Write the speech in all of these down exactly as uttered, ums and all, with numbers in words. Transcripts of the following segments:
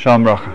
Шалом броха.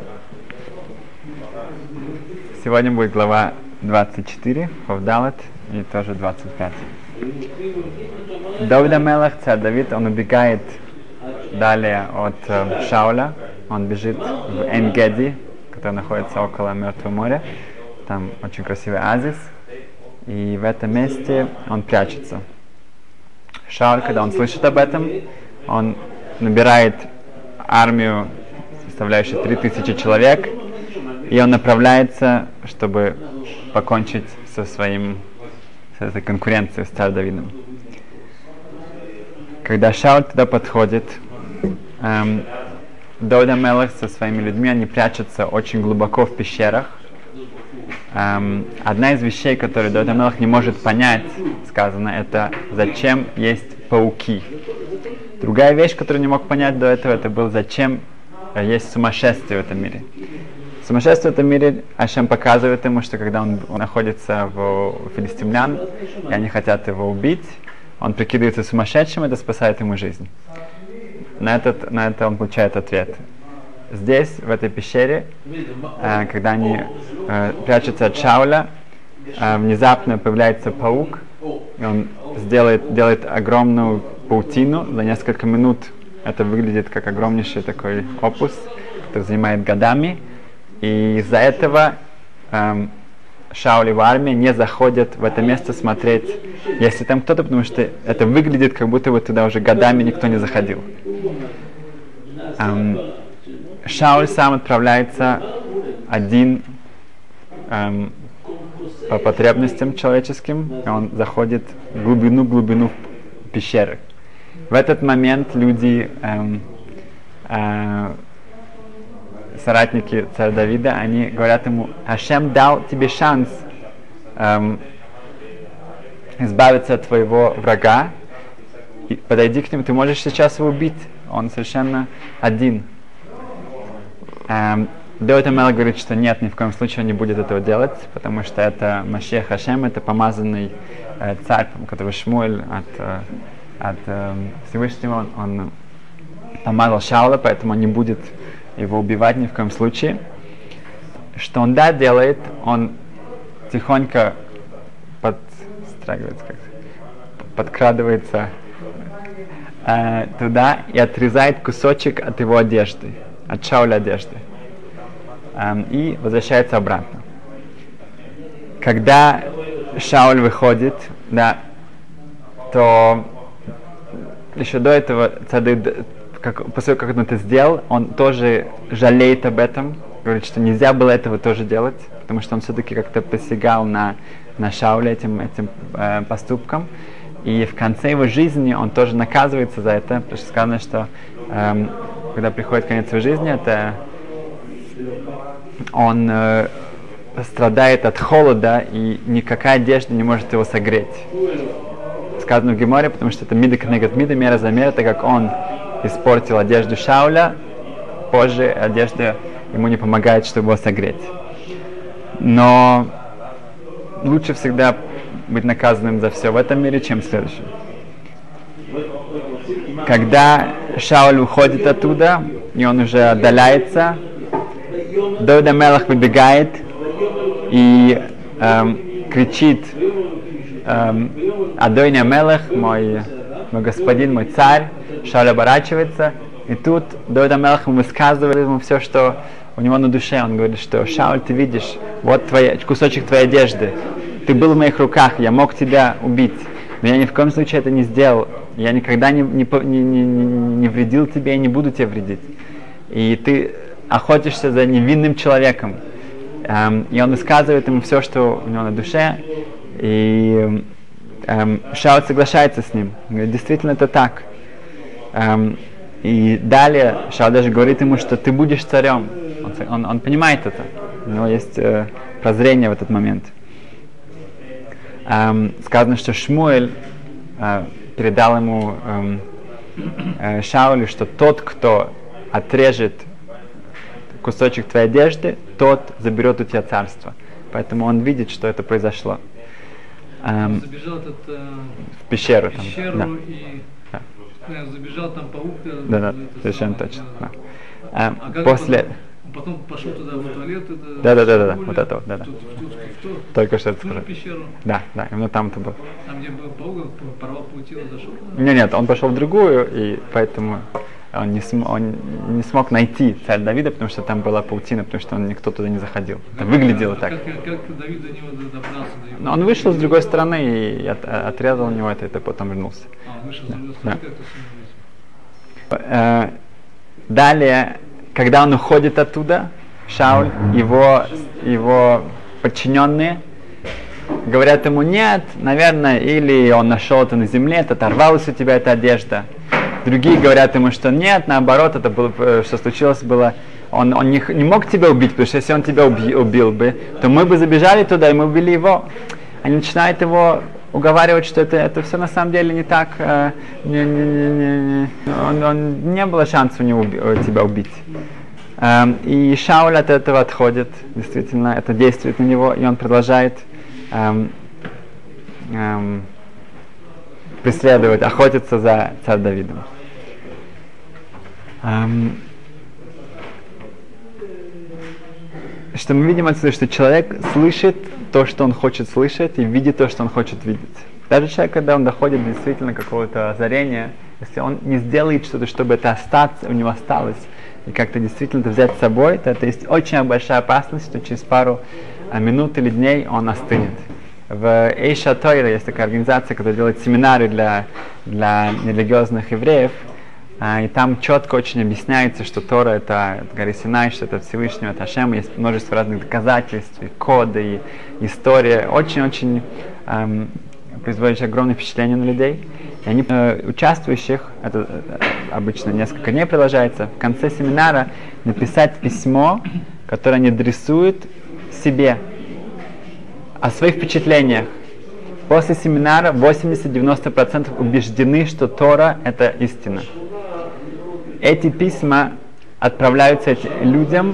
Сегодня будет глава двадцать четыре, Ховдалет, и тоже двадцать пять. Давид Амелех, царь Давид, он убегает далее от э, Шауля. Он бежит в Эн-Геди, который находится около Мертвого моря. Там очень красивый оазис. И в этом месте он прячется. Шауль, когда он слышит об этом, он набирает армию, составляющую три тысячи человек, и он направляется, чтобы покончить со своим, с этой конкуренцией с царем Давидом. Когда Шауль туда подходит, эм, Давид Амелех со своими людьми, они прячутся очень глубоко в пещерах. Эм, одна из вещей, которую Давид Амелех не может понять, сказано, это зачем есть пауки. Другая вещь, которую не мог понять до этого, это было, зачем есть сумасшествие в этом мире. Сумасшествие в этом мире Ашем показывает ему, что когда он, он находится в, у филистимлян, и они хотят его убить, он прикидывается сумасшедшим, и это спасает ему жизнь. На, этот, на это он получает ответ. Здесь, в этой пещере, э, когда они э, прячутся от Шауля, э, внезапно появляется паук, и он сделает, делает огромную паутину. За несколько минут это выглядит как огромнейший такой опус, который занимает годами. И из-за этого э, Шауль и его армия не заходят в это место смотреть, если там кто-то, потому что это выглядит, как будто бы туда уже годами никто не заходил. Эм, Шауль сам отправляется один эм, по потребностям человеческим, и он заходит в глубину-глубину пещеры. В этот момент люди, эм, э, соратники царя Давида, они говорят ему: Ашем дал тебе шанс эм, избавиться от твоего врага, и подойди к нему, ты можешь сейчас его убить, он совершенно один. Эм, Давид Амелех говорит, что нет, ни в коем случае он не будет этого делать, потому что это Машиах Ашем, это помазанный э, царь, который Шмуэль от, э, от э, Всевышнего, он, он помазал Шауля, поэтому он не будет его убивать ни в коем случае. Что он да делает, он тихонько подстрагивается, как подкрадывается э, туда и отрезает кусочек от его одежды, от Шауля одежды, эм, и возвращается обратно. Когда Шауль выходит, да, то еще до этого царь, как, после того, как он это сделал, он тоже жалеет об этом, говорит, что нельзя было этого тоже делать, потому что он все-таки как-то посягал на, на Шауля этим, этим э, поступком. И в конце его жизни он тоже наказывается за это, потому что сказано, что э, когда приходит конец его жизни, это он э, страдает от холода, и никакая одежда не может его согреть. Сказано в Геморе, потому что это мида кнегат мида, мера за мера, так как он испортил одежду Шауля, позже одежда ему не помогает, чтобы его согреть. Но лучше всегда быть наказанным за все в этом мире, чем в следующем. Когда Шауль уходит оттуда, и он уже отдаляется, Давид Амелех выбегает и эм, кричит: эм, Адойни Амелех, мой, мой господин, мой царь. Шауль оборачивается, и тут Давид Амелех ему высказывает ему все, что у него на душе. Он говорит, что Шауль, ты видишь, вот твоя, кусочек твоей одежды, ты был в моих руках, я мог тебя убить, но я ни в коем случае это не сделал, я никогда не, не, не, не, не вредил тебе и не буду тебе вредить. И ты охотишься за невинным человеком. Эм, и он высказывает ему все, что у него на душе, и эм, Шауль соглашается с ним. Он говорит, действительно это так. Um, и далее Шауль даже говорит ему, что ты будешь царем. Он, он, он понимает это. У него есть э, прозрение в этот момент. Um, сказано, что Шмуэль э, передал ему э, э, Шаулю, что тот, кто отрежет кусочек твоей одежды, тот заберет у тебя царство. Поэтому он видит, что это произошло. Um, он забежал этот, э, в пещеру. в пещеру там, да. и... Да. Забежал там паук. Да, да, совершенно точно. Да. А, а после... Потом, потом пошел туда в туалет. Это да, да, да, да, да, вот это вот, да, да. Тут, тут, тут, тут, Только что это в ту же сказал. пещеру. Да, да, именно там это был. Там, где был паук, порвал паутину, зашел? Нет, нет, он пошел в другую, и поэтому он не, см, он не смог найти царь Давида, потому что там была паутина, потому что он, никто туда не заходил. Это выглядело а, так. Как, как Давид до него добрался? До его... Но он вышел с другой стороны и от, отрезал у него это, и потом вернулся. А, он вышел с да. другой стороны, Да. как это Э, Далее, когда он уходит оттуда, Шауль, его, его подчиненные говорят ему: нет, наверное, или он нашел это на земле, это оторвалась у тебя эта одежда. Другие говорят ему, что нет, наоборот, это было, что случилось было, он, он не, не мог тебя убить, потому что если он тебя уби, убил бы, то мы бы забежали туда, и мы убили его. Они начинают его уговаривать, что это, это все на самом деле не так, э, не, не, не, не, он, он, не было шанса у него уби, тебя убить. Эм, и Шауль от этого отходит, действительно, это действует на него, и он продолжает эм, эм, преследовать, охотиться за царем Давидом. Эм, что мы видим отсюда, что человек слышит то, что он хочет слышать, и видит то, что он хочет видеть. Даже человек, когда он доходит действительно какого-то озарения, если он не сделает что-то, чтобы это остаться, у него осталось, и как-то действительно это взять с собой, то это есть очень большая опасность, что через пару а, минут или дней он остынет. В Эйша Тойра есть такая организация, которая делает семинары для, для нерелигиозных евреев, а, и там четко очень объясняется, что Тора — это, это гора Синай, что это Всевышнего, это Ашем, есть множество разных доказательств, и коды, и история, очень-очень эм, производит огромное впечатление на людей. И они, э, участвующих, это э, обычно несколько дней продолжается, в конце семинара написать письмо, которое они адресуют себе, о своих впечатлениях. После семинара восемьдесят-девяносто процентов убеждены, что Тора — это истина. Эти письма отправляются людям,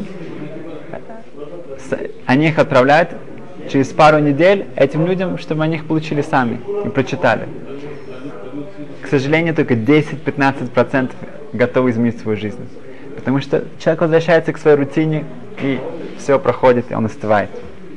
они их отправляют через пару недель этим людям, чтобы они их получили сами и прочитали. К сожалению, только десять-пятнадцать процентов готовы изменить свою жизнь. Потому что человек возвращается к своей рутине, и все проходит, и он остывает.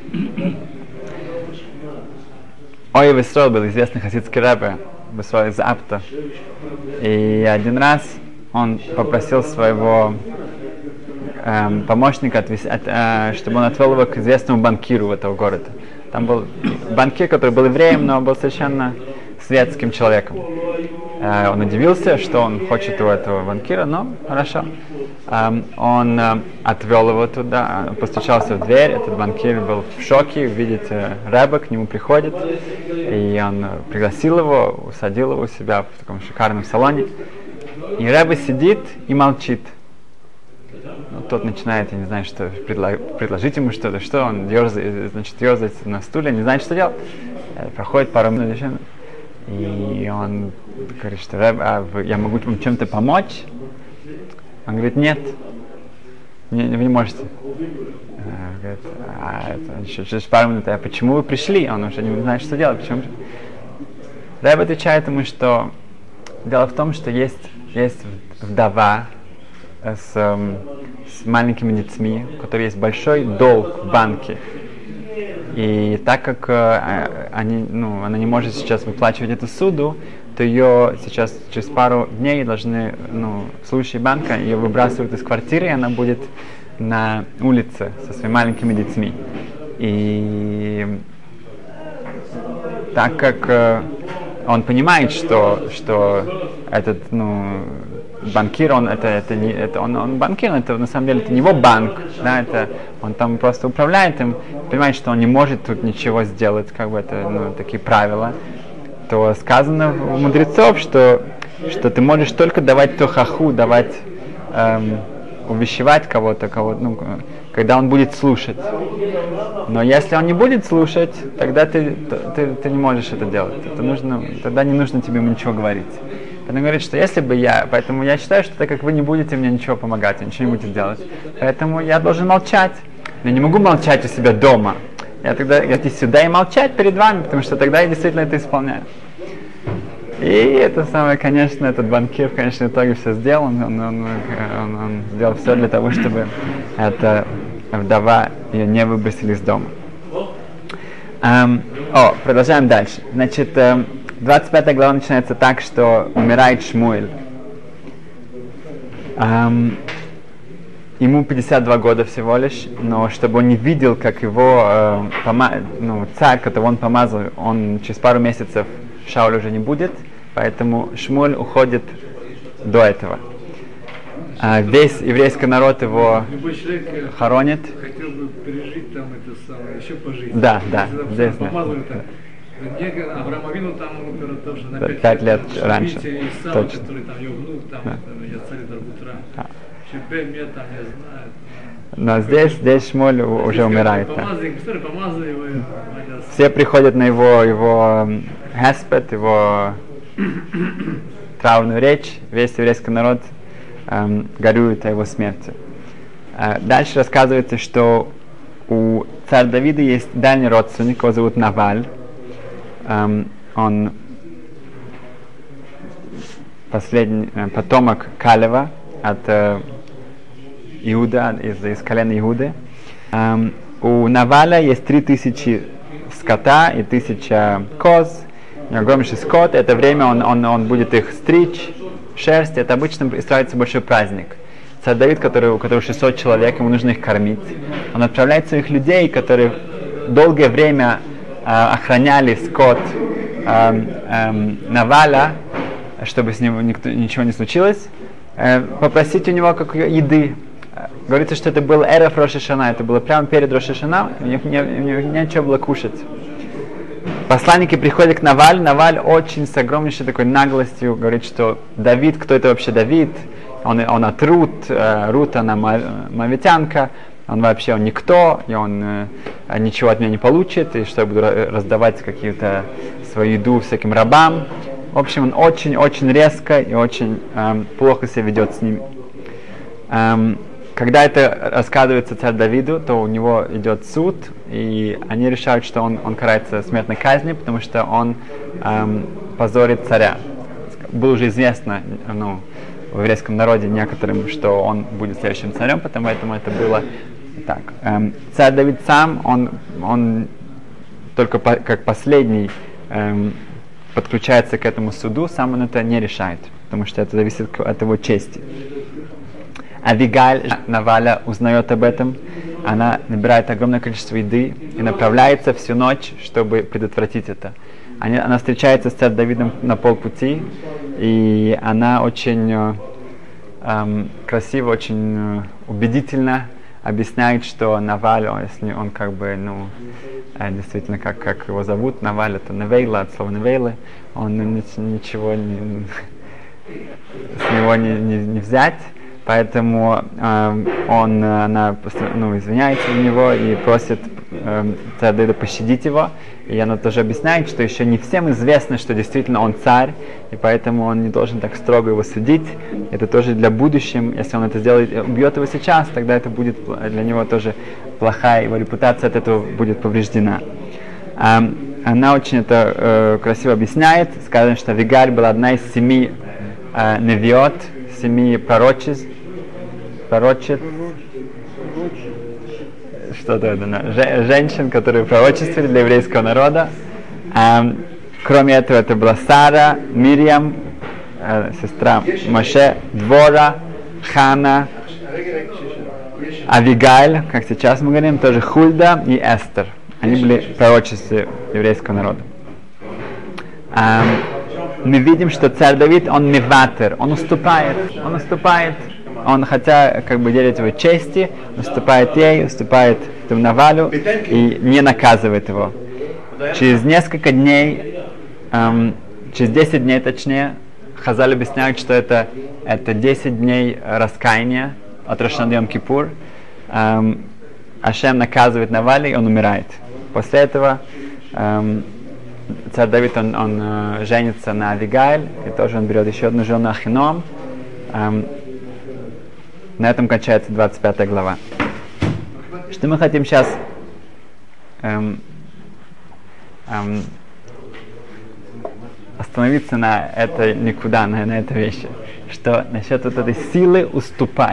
Ой Весрол был известный хасидский рэбе, Весрол из Апта. И один раз он попросил своего эм, помощника, отвез, от, э, чтобы он отвел его к известному банкиру этого города. Там был банкир, который был евреем, но был совершенно светским человеком. Э, он удивился, что он хочет у этого банкира, но хорошо. Эм, он э, отвел его туда, постучался в дверь, этот банкир был в шоке, видит э, рэба, к нему приходит, и он пригласил его, усадил его у себя в таком шикарном салоне. И рэба сидит и молчит. Ну, тот начинает, я не знаю, что предло- предложить ему что-то, что он ерзает, значит, ерзает на стуле, не знает, что делать. Проходит пару минут, и он говорит, что рэб, а вы, я могу вам чем-то помочь? Он говорит: нет, не, вы не можете. А, говорит, а это еще через пару минут, а почему вы пришли? Он уже не знает, что делать. Почему? Рэб отвечает ему, что дело в том, что есть, есть вдова с, эм, с маленькими детьми, у которой есть большой долг в банке. И так как э, они, ну, она не может сейчас выплачивать эту суду, то ее сейчас через пару дней должны, ну, служащие банка ее выбрасывают из квартиры, и она будет на улице со своими маленькими детьми. И так как э, он понимает, что, что этот, ну, банкир, он это, это не, это он, он банкир, это на самом деле это не его банк, да, это он там просто управляет им, понимает, что он не может тут ничего сделать, как бы это, ну, такие правила, то сказано у мудрецов, что, что ты можешь только давать тохаху, давать, эм, увещевать кого-то, кого, ну, когда он будет слушать. Но если он не будет слушать, тогда ты, ты, ты не можешь это делать. Это нужно, тогда не нужно тебе ему ничего говорить. Он говорит, что если бы я, поэтому я считаю, что так как вы не будете мне ничего помогать, ничего не будете делать, поэтому я должен молчать. Я не могу молчать у себя дома. Я тогда я иду сюда и молчать перед вами, потому что тогда я действительно это исполняю. И это самое, конечно, этот банкир в конечном итоге все сделал, он, он, он, он, он сделал все для того, чтобы эта вдова ее не выбросили из дома. Um, о, продолжаем дальше. Значит, um, двадцать пятая глава начинается так, что умирает Шмуэль. Um, ему пятьдесят два года всего лишь, но чтобы он не видел, как его uh, пома- ну, царь, которого он помазал, он через пару месяцев Шауля уже не будет, поэтому Шмуэль уходит до этого. Uh, весь еврейский народ его Любой человек хоронит. хотел бы пережить там это самое, еще пожить. Да, да, здесь, да. Мне Авраам Авину там умер тоже на Да, пять, пять лет лет раньше. Исава, Точно. который там его внук, там, Да. там я царь Дарбутра. А. Чепе мне там, я знаю. Но здесь, здесь Шмуэль у- уже умирает. Да. Помазали, представляете, помазали его. я- Все приходят на его, его хеспет, его траурную речь, весь еврейский народ эм, горюет о его смерти. Э, дальше рассказывается, что у царя Давида есть дальний родственник, его зовут Наваль. Эм, он последний э, потомок Калева от э, Иуда, из, из колена Иуды. Эм, у Наваля есть три тысячи скота и тысяча коз, огромнейший скот. Это время он, он, он будет их стричь, шерсть. Это обычно устраивается большой праздник. Царь Давид, который, у которого шестьсот человек, ему нужно их кормить. Он отправляет своих людей, которые долгое время э, охраняли скот э, э, Наваля, чтобы с ним никто, ничего не случилось, э, попросить у него как еды. Говорится, что это был эрев Рош ха-Шана, это было прямо перед Рош ха-Шана, у них не, у них нечего было кушать. Посланники приходят к Наваль, Наваль очень с огромнейшей такой наглостью говорит, что Давид, кто это вообще Давид? Он, он от Рут, э, Рут она моавитянка, он вообще он никто, и он э, ничего от меня не получит, и что я буду раздавать какую-то свою еду всяким рабам. В общем, он очень-очень резко и очень э, плохо себя ведет с ними. Эм, когда это рассказывается царю Давиду, то у него идет суд, и они решают, что он, он карается смертной казнью, потому что он эм, позорит царя. Было уже известно, ну, в еврейском народе некоторым, что он будет следующим царем, поэтому это было так. Эм, царь Давид сам, он, он только по, как последний эм, подключается к этому суду, сам он это не решает, потому что это зависит от его чести. Авигаль Наваля узнает об этом, она набирает огромное количество еды и направляется всю ночь, чтобы предотвратить это. Они, она встречается с царем Давидом на полпути, и она очень э, э, красиво, очень э, убедительно объясняет, что Наваль, он, если он как бы, ну, э, действительно, как, как его зовут, Наваль, это Невейла, от слова Невейлы, он ничего не, с него не, не, не взять. Поэтому э, он, она ну, извиняется за него и просит э, царя Давида пощадить его. И она тоже объясняет, что еще не всем известно, что действительно он царь, и поэтому он не должен так строго его судить. Это тоже для будущего. Если он это сделает, убьет его сейчас, тогда это будет для него тоже плохая, его репутация от этого будет повреждена. Э, она очень это э, красиво объясняет. Сказано, что Авигаль была одна из семи э, невиот, семи пророчиц, пророчиц, что-то это, же, женщин, которые пророчествовали для еврейского народа. Um, кроме этого, это была Сара, Мирьям, э, сестра Моше, Двора, Хана, Авигаль, как сейчас мы говорим, тоже Хульда и Эстер. Они были пророчества еврейского народа. Um, мы видим, что царь Давид, он миватер, он уступает, он уступает, он, хотя как бы делит его чести, уступает ей, уступает этому Навалю и не наказывает его. Через несколько дней, эм, через десять дней точнее, Хазаль объясняют, что это, это десять дней раскаяния от Рош ха-Шана до Йом-Кипур. Эм, Ашем наказывает Наваля, и он умирает. После этого эм, царь Давид, он, он э, женится на Авигайль, и тоже он берет еще одну жену Ахином. Эм, на этом кончается двадцать пятая глава. Что мы хотим сейчас эм, эм, остановиться на этой никуда, на, на этой вещи. Что насчет вот этой силы уступать.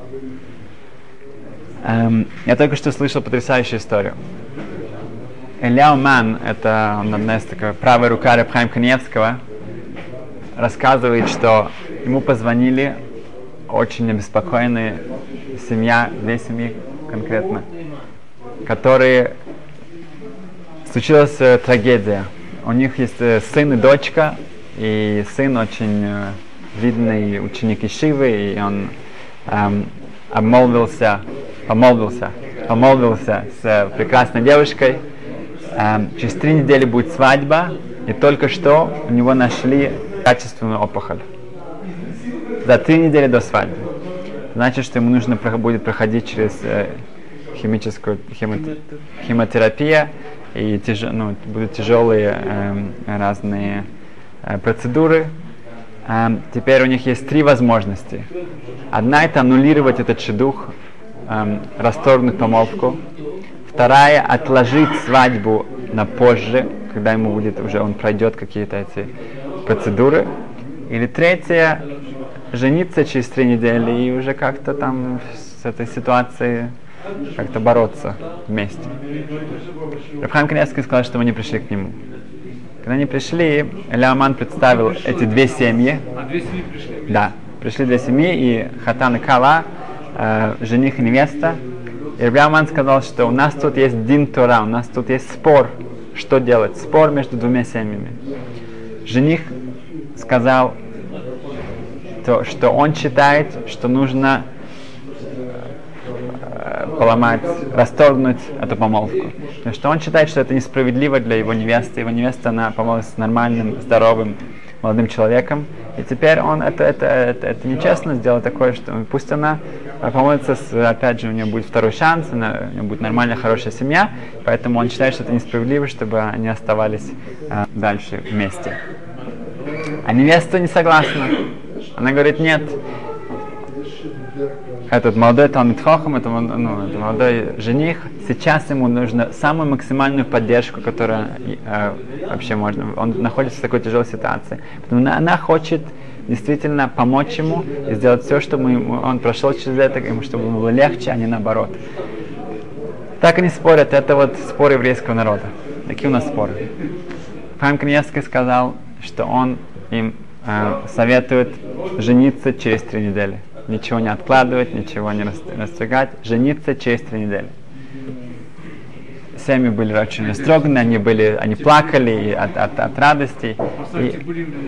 Эм, я только что слышал потрясающую историю. Эляу Ман, это он, одна из такая правая рука Реб Хаим Каневского, рассказывает, что ему позвонили очень обеспокоенные семья, две семьи конкретно, которые случилась э, трагедия. У них есть э, сын и дочка, и сын очень э, видный ученик Ишивы, и он эм, обмолвился, помолвился, помолвился с э, прекрасной девушкой. Эм, через три недели будет свадьба, и только что у него нашли качественную опухоль. За три недели до свадьбы. Значит, что ему нужно будет проходить через э, химическую химо, химиотерапию, и тяж, ну, будут тяжелые э, разные э, процедуры. Э, теперь у них есть три возможности. Одна — это аннулировать этот шидух, э, расторгнуть помолвку. Вторая — отложить свадьбу на позже, когда ему будет уже, он пройдет какие-то эти процедуры. Или третья — жениться через три недели и уже как-то там с этой ситуацией как-то бороться вместе. Реб Хаим Каневский сказал, что мы не пришли к нему. Когда они пришли, Эляу Ман представил эти две семьи. А две семьи пришли? Да, пришли две семьи, и Хатан и Кала, э, жених и невеста. И Эляу Ман сказал, что у нас тут есть дин Тора, у нас тут есть спор, что делать, спор между двумя семьями. Жених сказал, то, что он считает, что нужно э, поломать, расторгнуть эту помолвку. Потому что он считает, что это несправедливо для его невесты. Его невеста, она помолвилась с нормальным, здоровым, молодым человеком. И теперь он, это, это, это, это нечестно сделать такое, что пусть она помолвится, с, опять же, у нее будет второй шанс, она, у нее будет нормальная, хорошая семья. Поэтому он считает, что это несправедливо, чтобы они оставались э, дальше вместе. А невеста не согласна. Она говорит, нет. Этот молодой Талмид Хохам, это, ну, это молодой жених, сейчас ему нужно самую максимальную поддержку, которая э, вообще можно. Он находится в такой тяжелой ситуации. Потому что она хочет действительно помочь ему и сделать все, чтобы ему, он прошел через это, ему, чтобы ему было легче, а не наоборот. Так они спорят. Это вот спор еврейского народа. Такие у нас споры. Хаим Каневский сказал, что он им э, советует жениться через три недели. Ничего не откладывать, ничего не расторгать. Жениться через три недели. Семьи были очень растроганы, они, были, они плакали от, от, от радости. И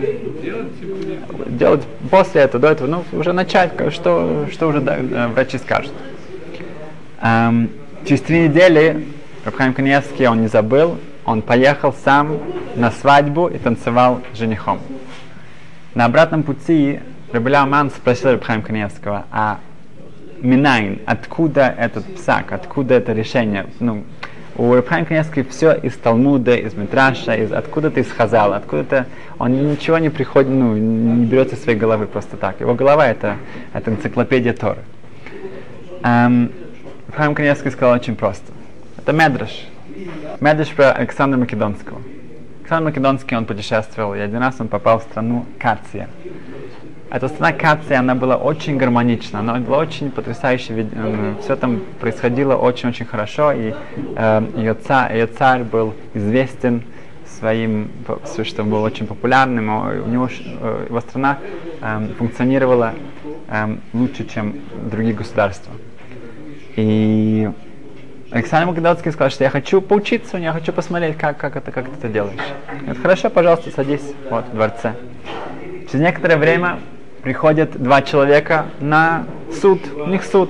делать после этого, до этого, ну, уже начать, что, что уже да, врачи скажут. Эм, через три недели Реб Хаим Каневский, он не забыл, он поехал сам на свадьбу и танцевал с женихом. На обратном пути Реб Эляу Ман спросил Реб Хаим Каневского, а минайн, откуда этот псак, откуда это решение? Ну, у Реб Хаим Каневского все из Талмуда, из Мидраша, из, откуда-то из Хазала, откуда-то он ничего не приходит, ну, не берется из своей головы просто так. Его голова это, это энциклопедия Торы. Эм, Реб Хаим Каневский сказал очень просто. Это Медраш. Медраш про Александра Македонского. Александр Македонский, он путешествовал, и один раз он попал в страну Кация. Эта страна Кация, она была очень гармонична, она была очень потрясающая, все там происходило очень-очень хорошо, и э, ее, царь, ее царь был известен своим, что он был очень популярным, у него, его страна э, функционировала э, лучше, чем другие государства. И Александр Македонский сказал, что я хочу поучиться у него, я хочу посмотреть, как, как, это, как ты это делаешь. Говорит, хорошо, пожалуйста, садись вот, в дворце. Через некоторое время приходят два человека на суд, у них суд.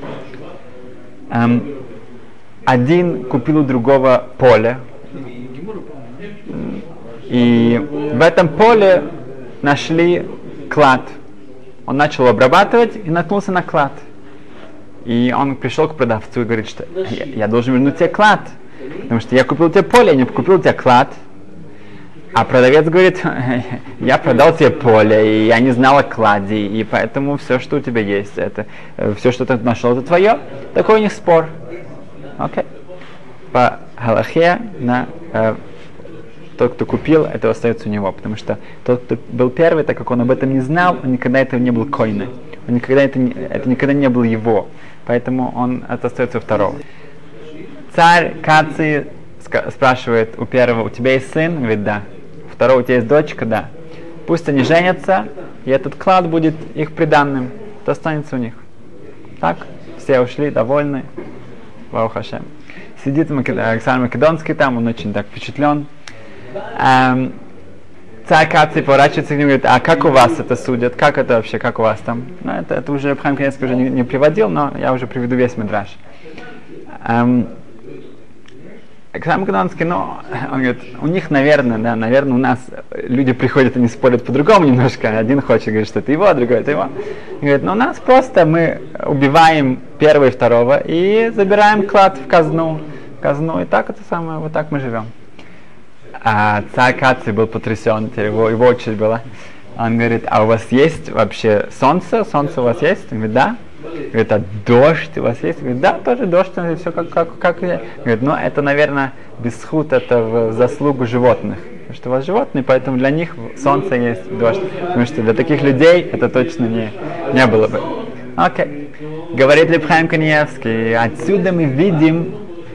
Эм, один купил у другого поле, и в этом поле нашли клад. Он начал обрабатывать и наткнулся на клад. И он пришел к продавцу и говорит, что я, я должен вернуть тебе клад, потому что я купил тебе поле, я не купил тебе клад. А продавец говорит, я продал тебе поле, и я не знал о кладе, и поэтому все, что у тебя есть, это все, что ты нашел, это твое. Такой у них спор. Окей. Okay. По галахе на э, тот, кто купил, это остается у него. Потому что тот, кто был первый, так как он об этом не знал, он никогда этого не был койной. Он никогда это, не, это никогда не был его. Поэтому он, это остается у второго. Царь Каци спрашивает у первого: у тебя есть сын? Он говорит: да. У второго: у тебя есть дочка? Да. Пусть они женятся, и этот клад будет их приданным. Это останется у них. Так, все ушли, довольны. Баух Хашем. Сидит Александр Македонский там, он очень так впечатлен. Эм, царь Каци поворачивается к ним и говорит: а как у вас это судят? Как это вообще, как у вас там? Ну, это, это уже Рабхайм Каневский уже не, не приводил, но я уже приведу весь мидраш. Эм, Александр Македонский, ну, он говорит, у них, наверное, да, наверное, у нас люди приходят, они спорят по-другому немножко. Один хочет, говорит, что это его, другой это его. Он говорит, ну, у нас просто мы убиваем первого и второго и забираем клад в казну. В казну, и так это самое, вот так мы живем. А царь Каци был потрясен, его, его очередь была. Он говорит, а у вас есть вообще солнце? Солнце у вас есть? Он говорит, да. Говорит, а дождь у вас есть? Говорит, да, тоже дождь, все как, как, как. Говорит, ну это, наверное, бесхуд, это в заслугу животных. Потому что у вас животные, поэтому для них солнце есть, дождь. Потому что для таких людей это точно не, не было бы. Окей. Говорит Рабхайм Каневский, отсюда мы видим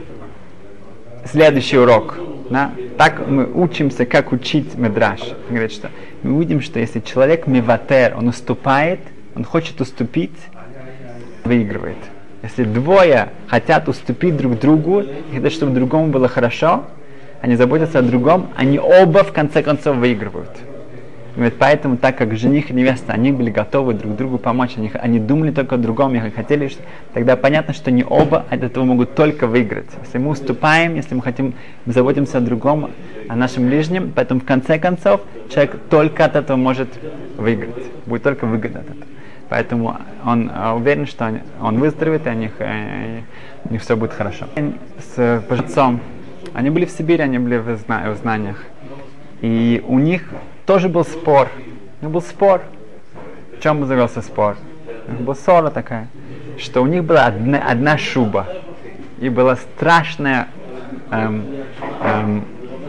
следующий урок. Да? Так мы учимся, как учить мидраш. Говорит, что мы видим, что если человек миватер, он уступает, он хочет уступить, выигрывает. Если двое хотят уступить друг другу, и хотят, чтобы другому было хорошо, они заботятся о другом, они оба в конце концов выигрывают. Говорит, поэтому, так как жених и невеста, они были готовы друг другу помочь, они, они думали только о другом, и хотели, что, тогда понятно, что не оба от этого могут только выиграть. Если мы уступаем, если мы хотим, мы заботимся о другом, о нашем ближнем, поэтому в конце концов человек только от этого может выиграть, будет только выгода от этого. Поэтому он э, уверен, что он, он выздоровеет, и у них, э, у них все будет хорошо. С пожитцом, они были в Сибири, они были в, зна- в знаниях. И у них тоже был спор. У них был спор. В чем завелся спор? У них была ссора такая, что у них была одна, одна шуба. И была страшная эм, эм,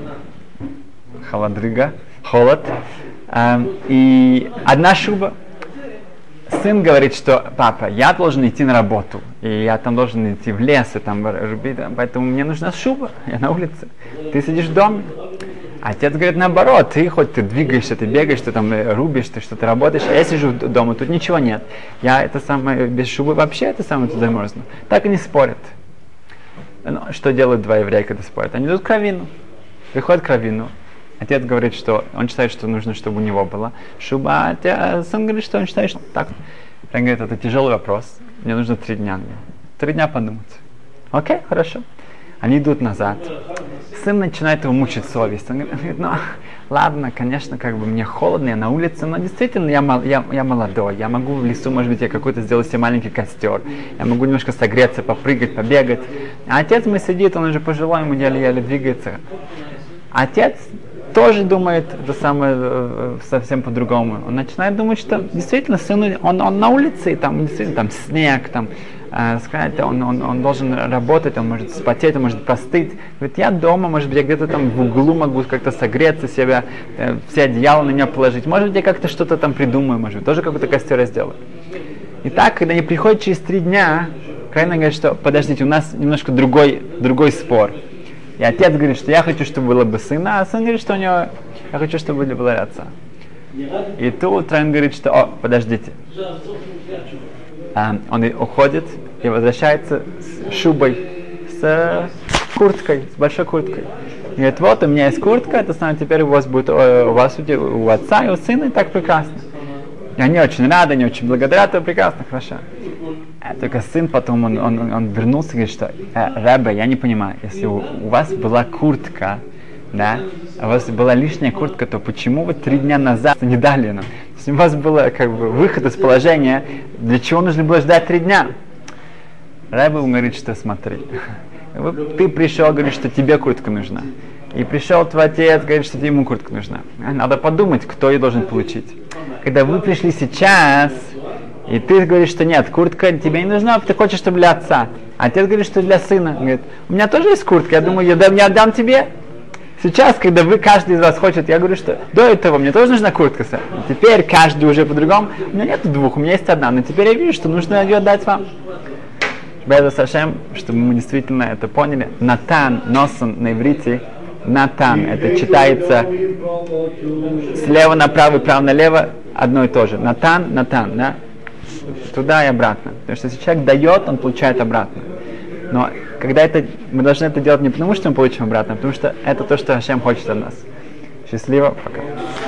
холодрыга, холод. Эм, и одна шуба. Сын говорит, что папа, я должен идти на работу, и я там должен идти в лес, и там рубить, поэтому мне нужна шуба, я на улице, ты сидишь в доме. Отец говорит наоборот, ты хоть ты двигаешься, ты бегаешь, ты там рубишь, ты что-то работаешь, а я сижу дома, тут ничего нет. Я это самое, без шубы вообще это самое туда мерзну. Так они спорят. Ну, что делают два еврея, когда спорят? Они идут к раввину, приходят к раввину. Отец говорит, что он считает, что нужно, чтобы у него была шуба, а сын говорит, что он считает, что так. Он говорит, это тяжелый вопрос, мне нужно три дня. Три дня подумать. Окей, хорошо. Они идут назад. Сын начинает его мучить совесть. Он говорит, ну ладно, конечно, как бы мне холодно, я на улице, но действительно я, я, я молодой, я могу в лесу, может быть, я какой-то сделаю себе маленький костер, я могу немножко согреться, попрыгать, побегать. А отец мой сидит, он уже пожилой, ему еле-еле двигается. Отец тоже думает это самое совсем по-другому. Он начинает думать, что действительно сын, он, он на улице, и там действительно там снег, там, э, сказать, он, он, он должен работать, он может спотеть, он может простыть. Говорит, я дома, может быть, я где-то там в углу могу как-то согреться себя, э, все одеяла на меня положить. Может быть, я как-то что-то там придумаю, может быть, тоже какой-то костер я сделаю. И так, когда они приходят через три дня, крайне говорят, что подождите, у нас немножко другой, другой спор. И отец говорит, что я хочу, чтобы было бы сына, а сын говорит, что у него, я хочу, чтобы было отца. И тут Райан говорит, что, о, подождите. А, он уходит и возвращается с шубой, с курткой, с большой курткой. И говорит, вот у меня есть куртка, это самое, теперь у вас будет, у вас, у отца и у сына, и так прекрасно. И они очень рады, они очень благодарят, это прекрасно, хорошо. А только сын потом, он, он, он вернулся и говорит, что э, Ребе, я не понимаю, если у, у вас была куртка, да, а у вас была лишняя куртка, то почему вы три дня назад не дали нам? Если у вас был как бы выход из положения, для чего нужно было ждать три дня? Ребе говорит, что смотри, ты пришел, говоришь, что тебе куртка нужна. И пришел твой отец, говорит, что ему куртка нужна. Надо подумать, кто ее должен получить. Когда вы пришли сейчас, и ты говоришь, что нет, куртка тебе не нужна, ты хочешь, чтобы для отца. А отец говорит, что для сына. Говорит, у меня тоже есть куртка, я думаю, я дам, я отдам тебе. Сейчас, когда вы, каждый из вас хочет, я говорю, что до этого мне тоже нужна куртка. Теперь каждый уже по-другому. У меня нет двух, у меня есть одна. Но теперь я вижу, что нужно ее отдать вам. Беда Сашем, чтобы мы действительно это поняли. Натан, носан на иврите. Натан, это читается слева направо и право налево одно и то же. Натан, Натан, да? Туда и обратно. Потому что если человек дает, он получает обратно. Но когда это, мы должны это делать не потому, что мы получим обратно, а потому что это то, что Хашем хочет от нас. Счастливо, пока.